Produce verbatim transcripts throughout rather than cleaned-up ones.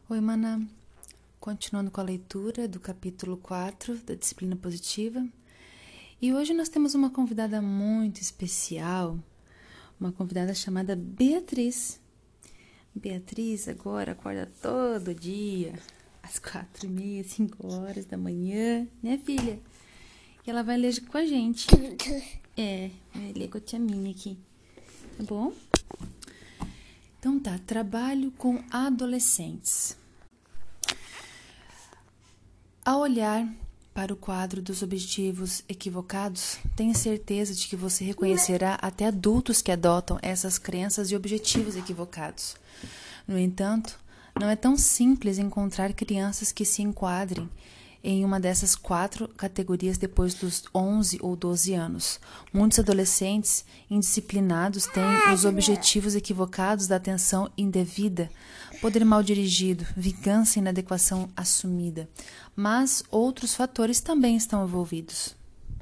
Oi, Mana. Continuando com a leitura do capítulo quatro da Disciplina Positiva. E hoje nós temos uma convidada muito especial, uma convidada chamada Beatriz. Beatriz agora acorda todo dia, às quatro e meia, cinco horas da manhã, né, filha? E ela vai ler com a gente. É, vai ler com a tia Minha aqui, tá bom? Então tá, trabalho com adolescentes. Ao olhar para o quadro dos objetivos equivocados, tenha certeza de que você reconhecerá até adultos que adotam essas crenças e objetivos equivocados. No entanto, não é tão simples encontrar crianças que se enquadrem em uma dessas quatro categorias depois dos onze ou doze anos. Muitos adolescentes indisciplinados têm os objetivos equivocados da atenção indevida, poder mal dirigido, vingança e inadequação assumida. Mas outros fatores também estão envolvidos.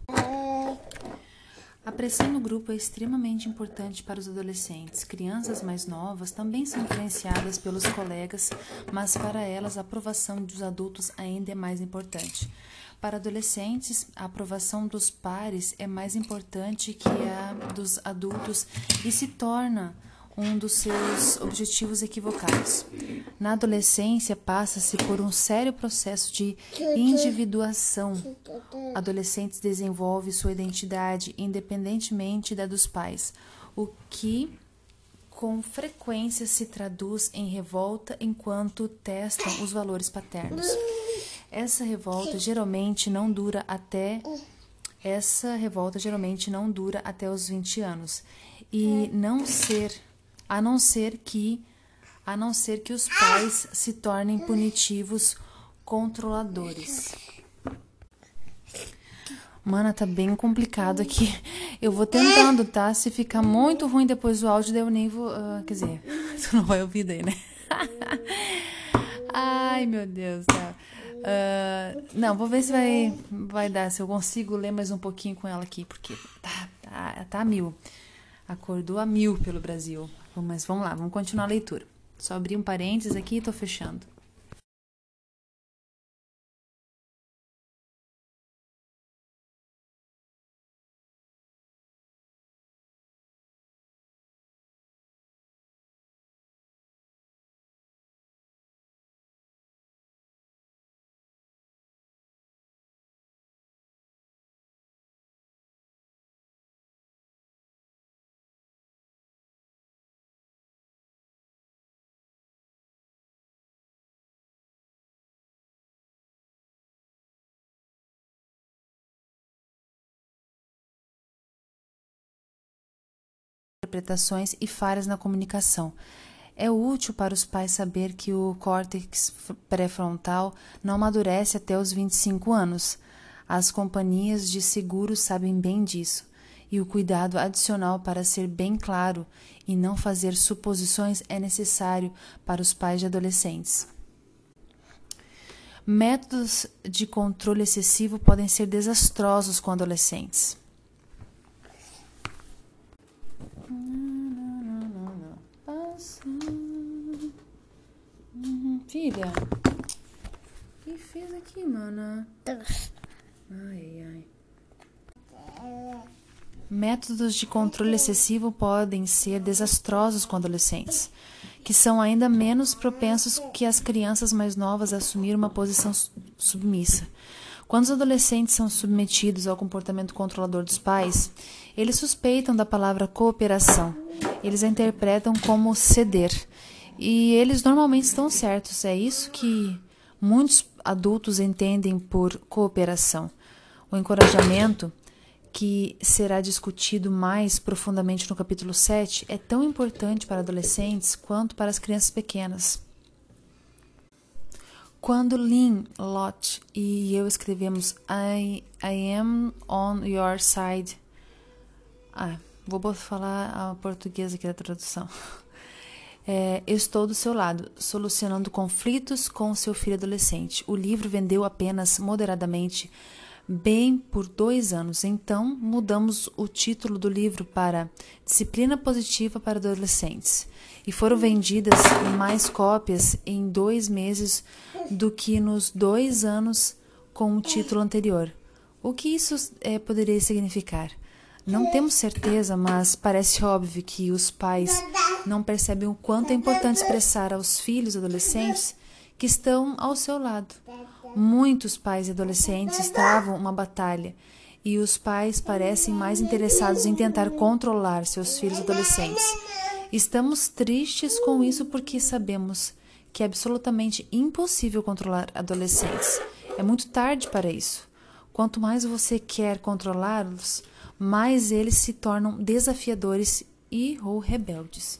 A pressão no grupo é extremamente importante para os adolescentes. Crianças mais novas também são influenciadas pelos colegas, mas para elas a aprovação dos adultos ainda é mais importante. Para adolescentes, a aprovação dos pares é mais importante que a dos adultos e se torna um dos seus objetivos equivocados. Na adolescência, passa-se por um sério processo de individuação. Adolescentes desenvolvem sua identidade independentemente da dos pais, o que com frequência se traduz em revolta enquanto testam os valores paternos. Essa revolta geralmente não dura até essa revolta geralmente não dura até os vinte anos e não ser a não ser que a não ser que os pais se tornem punitivos controladores. Mana, tá bem complicado aqui. Eu vou tentando, tá? Se ficar muito ruim depois do áudio, daí eu nem vou... Uh, quer dizer, tu não vai ouvir daí, né? Ai, meu Deus, tá. Uh, não, vou ver se vai, vai dar, se eu consigo ler mais um pouquinho com ela aqui, porque tá, tá, tá a mil. Acordou a mil pelo Brasil. Mas vamos lá, vamos continuar a leitura. Só abrir um parênteses aqui e tô fechando. Interpretações e falhas na comunicação. É útil para os pais saber que o córtex pré-frontal não amadurece até os vinte e cinco anos. As companhias de seguros sabem bem disso. E o cuidado adicional para ser bem claro e não fazer suposições é necessário para os pais de adolescentes. Métodos de controle excessivo podem ser desastrosos com adolescentes. Filha, o que fez aqui, mana? Ai, ai. Métodos de controle excessivo podem ser desastrosos com adolescentes, que são ainda menos propensos que as crianças mais novas a assumir uma posição submissa. Quando os adolescentes são submetidos ao comportamento controlador dos pais, eles suspeitam da palavra cooperação. Eles a interpretam como ceder. E eles normalmente estão certos. É isso que muitos adultos entendem por cooperação. O encorajamento, que será discutido mais profundamente no capítulo sete, é tão importante para adolescentes quanto para as crianças pequenas. Quando Lynn, Lott e eu escrevemos I, I am on your side. Ah, vou falar a portuguesa aqui da tradução. É, eu estou do seu lado, solucionando conflitos com seu filho adolescente. O livro vendeu apenas moderadamente, bem por dois anos. Então, mudamos o título do livro para Disciplina Positiva para Adolescentes. E foram vendidas mais cópias em dois meses do que nos dois anos com o título anterior. O que isso é, poderia significar? Não temos certeza, mas parece óbvio que os pais não percebem o quanto é importante expressar aos filhos adolescentes que estão ao seu lado. Muitos pais e adolescentes travam uma batalha e os pais parecem mais interessados em tentar controlar seus filhos adolescentes. Estamos tristes com isso porque sabemos que é absolutamente impossível controlar adolescentes. É muito tarde para isso. Quanto mais você quer controlá-los, mais eles se tornam desafiadores e ou rebeldes.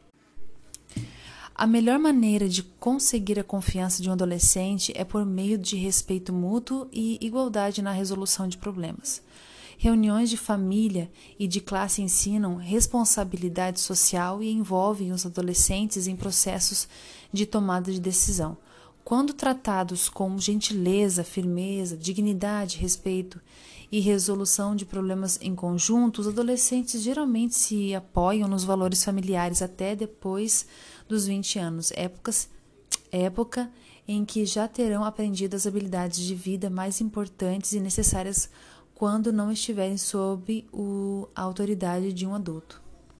A melhor maneira de conseguir a confiança de um adolescente é por meio de respeito mútuo e igualdade na resolução de problemas. Reuniões de família e de classe ensinam responsabilidade social e envolvem os adolescentes em processos de tomada de decisão. Quando tratados com gentileza, firmeza, dignidade, respeito e resolução de problemas em conjunto, os adolescentes geralmente se apoiam nos valores familiares até depois dos vinte anos, épocas, época em que já terão aprendido as habilidades de vida mais importantes e necessárias quando não estiverem sob o, a autoridade de um adulto.